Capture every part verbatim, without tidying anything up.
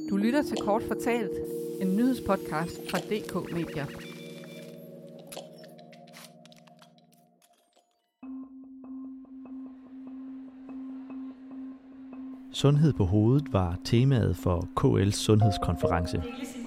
Du lytter til Kort Fortalt, en nyhedspodcast fra D K Media. Sundhed på hovedet var temaet for K L's sundhedskonference.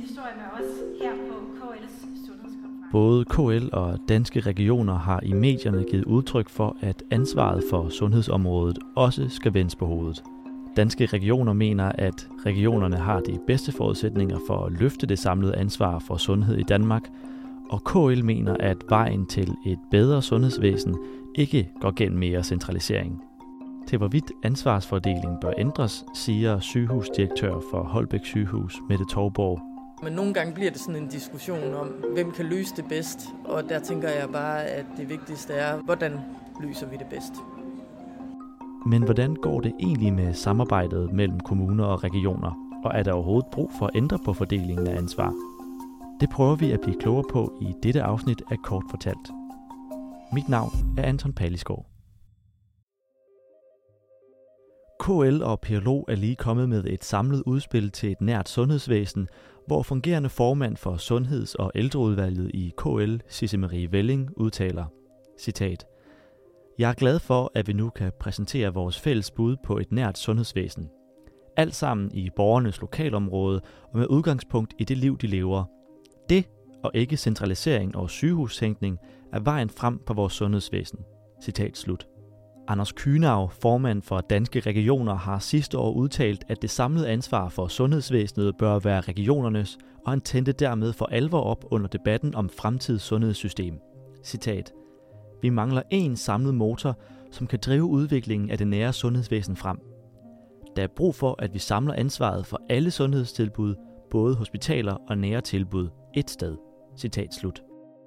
Både K L og danske regioner har i medierne givet udtryk for, at ansvaret for sundhedsområdet også skal vendes på hovedet. Danske regioner mener, at regionerne har de bedste forudsætninger for at løfte det samlede ansvar for sundhed i Danmark, og K L mener, at vejen til et bedre sundhedsvæsen ikke går gennem mere centralisering. Til hvorvidt ansvarsfordelingen bør ændres, siger sygehusdirektør for Holbæk Sygehus, Mette Touborg. Men nogle gange bliver det sådan en diskussion om, hvem kan løse det bedst, og der tænker jeg bare, at det vigtigste er, hvordan løser vi det bedst. Men hvordan går det egentlig med samarbejdet mellem kommuner og regioner, og er der overhovedet brug for at ændre på fordelingen af ansvar? Det prøver vi at blive klogere på i dette afsnit af Kort Fortalt. Mit navn er Anton Palisgaard. K L og P L O er lige kommet med et samlet udspil til et nært sundhedsvæsen, hvor fungerende formand for Sundheds- og Ældreudvalget i K L, Sisse Marie Velling, udtaler, citat, Jeg er glad for, at vi nu kan præsentere vores fælles bud på et nært sundhedsvæsen. Alt sammen i borgernes lokalområde og med udgangspunkt i det liv, de lever. Det, og ikke centralisering og sygehustænkning, er vejen frem på vores sundhedsvæsen. Citat slut. Anders Kühnau, formand for Danske Regioner, har sidste år udtalt, at det samlede ansvar for sundhedsvæsenet bør være regionernes, og han tændte dermed for alvor op under debatten om fremtidens sundhedssystem. Citat. Vi mangler én samlet motor, som kan drive udviklingen af det nære sundhedsvæsen frem. Der er brug for, at vi samler ansvaret for alle sundhedstilbud, både hospitaler og nære tilbud, et sted. Citat slut.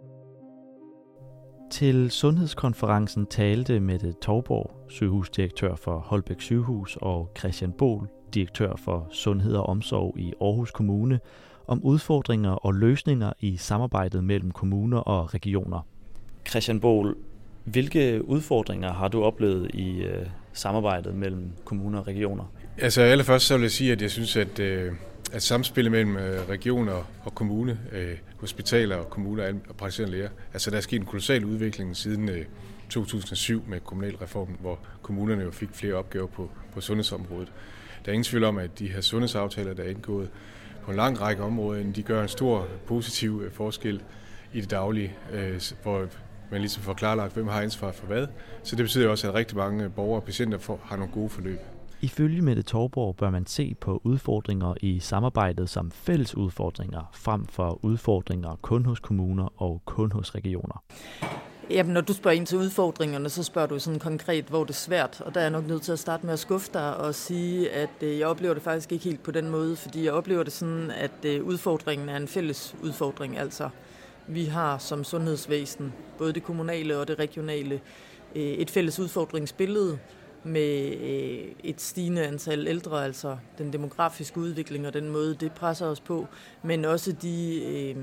Til sundhedskonferencen talte Mette Touborg, sygehusdirektør for Holbæk Sygehus, og Christian Bohl, direktør for Sundhed og Omsorg i Aarhus Kommune, om udfordringer og løsninger i samarbejdet mellem kommuner og regioner. Christian Bohl, hvilke udfordringer har du oplevet i øh, samarbejdet mellem kommuner og regioner? Altså allerførst så vil jeg sige, at jeg synes, at, øh, at samspillet mellem øh, regioner og kommune, øh, hospitaler og kommuner og praktiserende læger, altså der er sket en kolossal udvikling siden øh, to tusind og syv med kommunalreformen, hvor kommunerne jo fik flere opgaver på, på sundhedsområdet. Der er ingen tvivl om, at de her sundhedsaftaler, der er indgået på en lang række områder, de gør en stor positiv øh, forskel i det daglige, øh, hvor man ligesom får klarlagt, hvem har ansvar for hvad. Så det betyder også, at rigtig mange borgere og patienter får, har nogle gode forløb. Ifølge Mette Touborg bør man se på udfordringer i samarbejdet som fælles udfordringer, frem for udfordringer kun hos kommuner og kun hos regioner. Jamen, når du spørger ind til udfordringerne, så spørger du sådan konkret, hvor det er svært. Og der er jeg nok nødt til at starte med at skuffe dig og sige, at øh, jeg oplever det faktisk ikke helt på den måde. Fordi jeg oplever det sådan, at øh, udfordringen er en fælles udfordring. Altså, vi har som sundhedsvæsen, både det kommunale og det regionale, øh, et fælles udfordringsbillede med øh, et stigende antal ældre, altså den demografiske udvikling og den måde, det presser os på, men også de øh,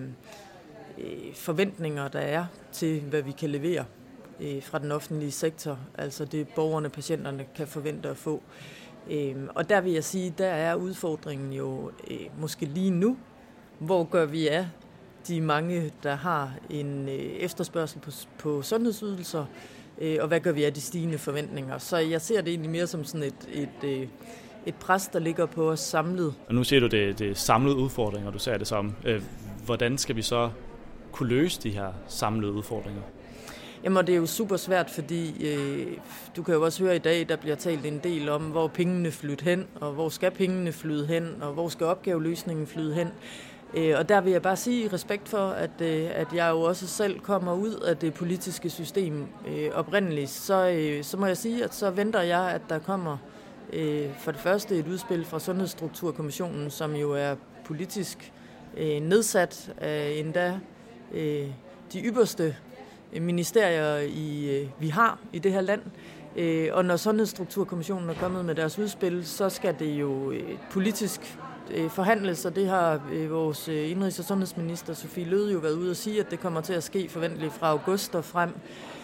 øh, forventninger, der er til, hvad vi kan levere øh, fra den offentlige sektor, altså det borgerne, patienterne kan forvente at få. Øh, og der vil jeg sige, der er udfordringen jo øh, måske lige nu, hvor gør vi af de mange, der har en øh, efterspørgsel på, på sundhedsydelser, og hvad gør vi af de stigende forventninger. Så jeg ser det egentlig mere som sådan et, et, et pres, der ligger på os samlet. Og nu ser du det, det samlede udfordringer, du ser det som. Hvordan skal vi så kunne løse de her samlede udfordringer? Jamen, det er jo super svært, fordi øh, du kan jo også høre i dag, der bliver talt en del om, hvor pengene flyder hen, og hvor skal pengene flyde hen, og hvor skal opgaveløsningen flyde hen. Og der vil jeg bare sige respekt for, at, at jeg jo også selv kommer ud af det politiske system øh, oprindeligt. Så, øh, så må jeg sige, at så venter jeg, at der kommer øh, for det første et udspil fra Sundhedsstrukturkommissionen, som jo er politisk øh, nedsat af endda øh, de ypperste ministerier, i, øh, vi har i det her land. Øh, og når Sundhedsstrukturkommissionen er kommet med deres udspil, så skal det jo øh, politisk forhandles, og det har vores indrigs- og sundhedsminister Sophie Løhde jo været ude at sige, at det kommer til at ske forventeligt fra august og frem.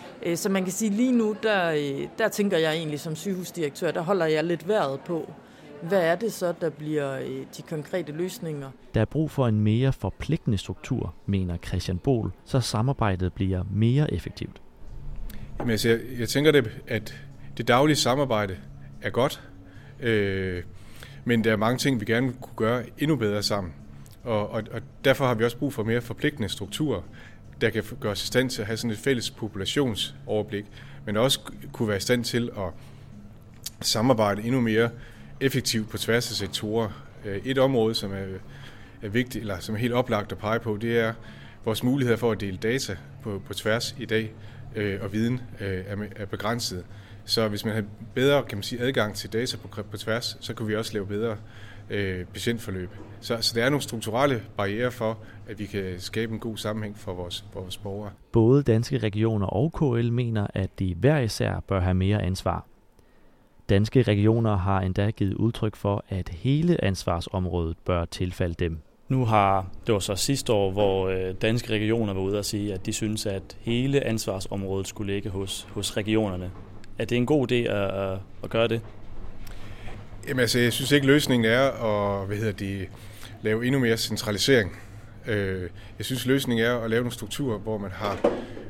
Så man kan sige, lige nu, der, der tænker jeg egentlig som sygehusdirektør, der holder jeg lidt vejret på, hvad er det så, der bliver øh, de konkrete løsninger? Der er brug for en mere forpligtende struktur, mener Christian Bohl, så samarbejdet bliver mere effektivt. Jamen, altså, jeg, jeg tænker, det, at det daglige samarbejde er godt, øh, men der er mange ting, vi gerne kunne gøre endnu bedre sammen. Og, og, og derfor har vi også brug for mere forpligtende strukturer, der kan gøre os i stand til at have sådan et fælles populationsoverblik, men også kunne være i stand til at samarbejde endnu mere effektivt på tværs af sektorer. Et område, som er, er vigtigt, eller som er helt oplagt at pege på, det er vores muligheder for at dele data på, på tværs i dag, øh, og viden øh, er, er begrænset. Så hvis man har bedre, kan man sige, adgang til data på, på tværs, så kan vi også lave bedre øh, patientforløb. Så, så der er nogle strukturelle barrierer for, at vi kan skabe en god sammenhæng for vores, for vores borgere. Både Danske Regioner og K L mener, at de hver især bør have mere ansvar. Danske Regioner har endda givet udtryk for, at hele ansvarsområdet bør tilfalde dem. Nu har, det var så sidste år, hvor Danske Regioner var ude at sige, at de synes, at hele ansvarsområdet skulle ligge hos, hos regionerne. Er det en god idé at, at gøre det? Jamen altså, jeg synes ikke, løsningen er at hvad hedder det, lave endnu mere centralisering. Jeg synes, løsningen er at lave nogle strukturer, hvor man har,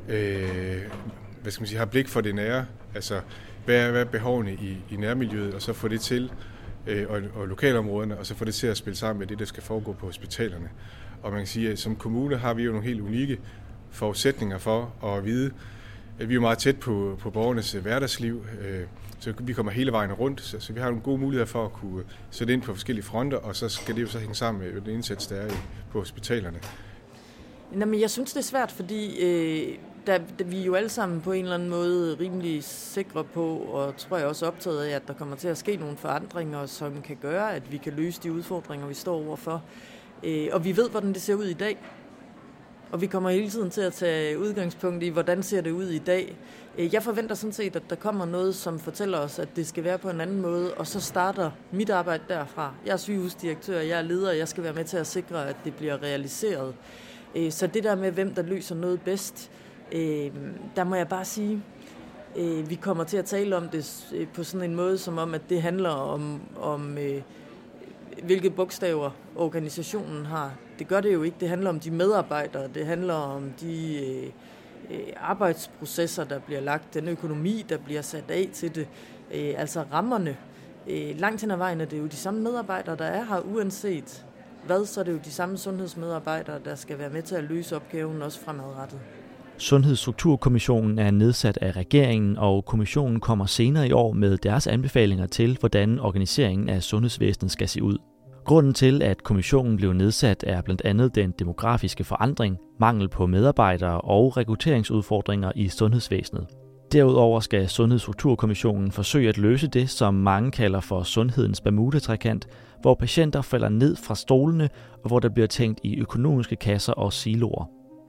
øh, hvad skal man sige, har blik for det nære. Altså, hvad er, hvad er behovene i, i nærmiljøet, og så få det til, øh, og, og lokalområderne, og så få det til at spille sammen med det, der skal foregå på hospitalerne. Og man kan sige, at som kommune har vi jo nogle helt unikke forudsætninger for at vide, at vi er meget tæt på, på borgernes hverdagsliv, øh, så vi kommer hele vejen rundt, så, så vi har nogle gode muligheder for at kunne sætte ind på forskellige fronter, og så skal det jo så hænge sammen med den indsats, der er på hospitalerne. Jamen, jeg synes, det er svært, fordi øh, der, der, vi er jo alle sammen på en eller anden måde rimelig sikre på, og tror jeg også optaget af, at der kommer til at ske nogle forandringer, som kan gøre, at vi kan løse de udfordringer, vi står overfor. Øh, og vi ved, hvordan det ser ud i dag. Og vi kommer hele tiden til at tage udgangspunkt i, hvordan ser det ud i dag. Jeg forventer sådan set, at der kommer noget, som fortæller os, at det skal være på en anden måde, og så starter mit arbejde derfra. Jeg er sygehusdirektør, jeg er leder, og jeg skal være med til at sikre, at det bliver realiseret. Så det der med, hvem der løser noget bedst, der må jeg bare sige, vi kommer til at tale om det på sådan en måde, som om, at det handler om, om hvilke bogstaver organisationen har. Det gør det jo ikke. Det handler om de medarbejdere, det handler om de øh, arbejdsprocesser, der bliver lagt, den økonomi, der bliver sat af til det, øh, altså rammerne. Øh, langt hen ad vejen er det jo de samme medarbejdere, der er her, uanset hvad, så er det jo de samme sundhedsmedarbejdere, der skal være med til at løse opgaven også fremadrettet. Sundhedsstrukturkommissionen er nedsat af regeringen, og kommissionen kommer senere i år med deres anbefalinger til, hvordan organiseringen af sundhedsvæsenet skal se ud. Grunden til, at kommissionen blev nedsat, er blandt andet den demografiske forandring, mangel på medarbejdere og rekrutteringsudfordringer i sundhedsvæsenet. Derudover skal Sundhedsstrukturkommissionen forsøge at løse det, som mange kalder for sundhedens Bermuda-trekant, hvor patienter falder ned fra stolene, og hvor der bliver tænkt i økonomiske kasser og siloer.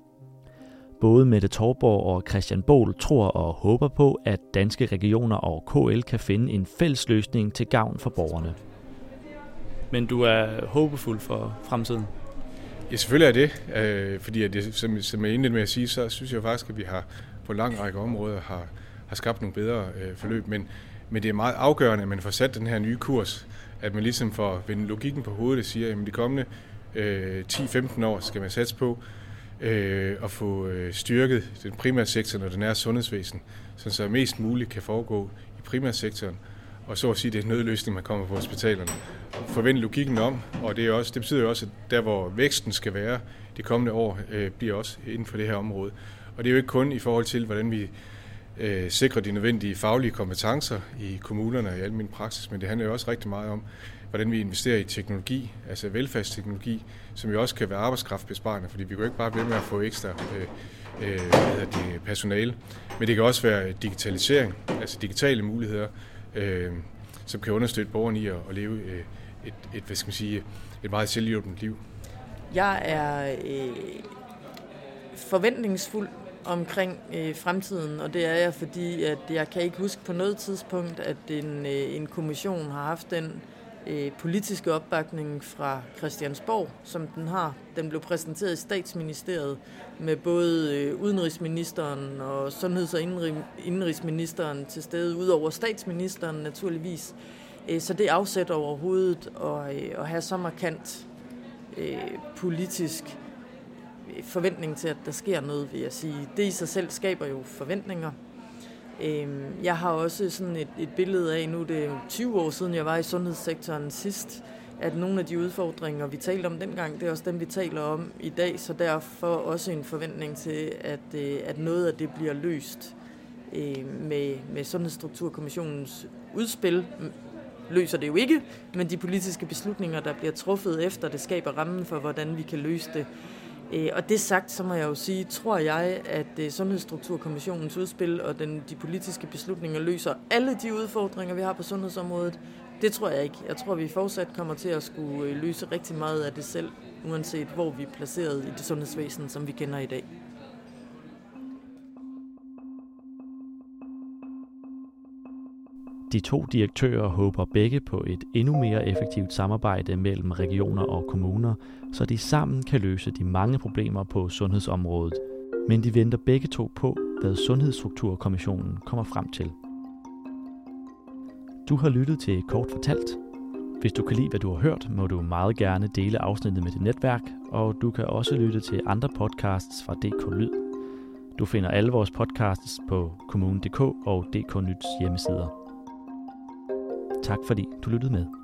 Både Mette Torborg og Christian Bohl tror og håber på, at Danske Regioner og K L kan finde en fælles løsning til gavn for borgerne. Men du er håbefuld for fremtiden? Ja, selvfølgelig er det, øh, fordi at det, som, som jeg indledte med at sige, så synes jeg faktisk, at vi har på en lang række områder har, har skabt nogle bedre øh, forløb, men, men det er meget afgørende, at man får sat den her nye kurs, at man ligesom får vendt logikken på hovedet og siger, at de kommende øh, ti til femten år skal man satse på øh, at få øh, styrket den primærsektor og den nære sundhedsvæsen, så mest muligt kan foregå i primærsektoren, og så at sige, det er en nødløsning, man kommer på hospitalerne. Forvente logikken om, og det, er også, det betyder jo også, at der, hvor væksten skal være de kommende år, øh, bliver også inden for det her område. Og det er jo ikke kun i forhold til, hvordan vi øh, sikrer de nødvendige faglige kompetencer i kommunerne og i almen praksis, men det handler jo også rigtig meget om, hvordan vi investerer i teknologi, altså velfærdsteknologi, som jo også kan være arbejdskraftbesparende, fordi vi kan jo ikke bare blive med at få ekstra øh, øh, hvad hedder det, personale, men det kan også være digitalisering, altså digitale muligheder, øh, som kan understøtte borgerne i at, at leve øh, et, et, hvad skal man sige, et meget selvhjulpent liv. Jeg er øh, forventningsfuld omkring øh, fremtiden, og det er jeg, fordi at jeg kan ikke huske på noget tidspunkt, at en, øh, en kommission har haft den øh, politiske opbakning fra Christiansborg, som den har. Den blev præsenteret i Statsministeriet med både øh, udenrigsministeren og sundheds- og indrigsministeren til stede, ud over statsministeren naturligvis. Så det afsætter overhovedet at, at have så markant øh, politisk forventning til, at der sker noget, vil jeg sige. Det i sig selv skaber jo forventninger. Jeg har også sådan et, et billede af, nu det er tyve år siden, jeg var i sundhedssektoren sidst, at nogle af de udfordringer, vi talte om dengang, det er også dem, vi taler om i dag, så derfor også en forventning til, at, at noget af det bliver løst med, med Sundhedsstrukturkommissionens udspil. Løser det jo ikke, men de politiske beslutninger, der bliver truffet efter, det skaber rammen for, hvordan vi kan løse det. Og det sagt, så må jeg jo sige, tror jeg, at Sundhedsstrukturkommissionens udspil og den, de politiske beslutninger løser alle de udfordringer, vi har på sundhedsområdet. Det tror jeg ikke. Jeg tror, vi fortsat kommer til at skulle løse rigtig meget af det selv, uanset hvor vi er placeret i det sundhedsvæsen, som vi kender i dag. De to direktører håber begge på et endnu mere effektivt samarbejde mellem regioner og kommuner, så de sammen kan løse de mange problemer på sundhedsområdet. Men de venter begge to på, hvad Sundhedsstrukturkommissionen kommer frem til. Du har lyttet til Kort Fortalt. Hvis du kan lide, hvad du har hørt, må du meget gerne dele afsnittet med dit netværk, og du kan også lytte til andre podcasts fra D K Lyd. Du finder alle vores podcasts på kommune punktum d k og D K Nyts hjemmesider. Tak fordi du lyttede med.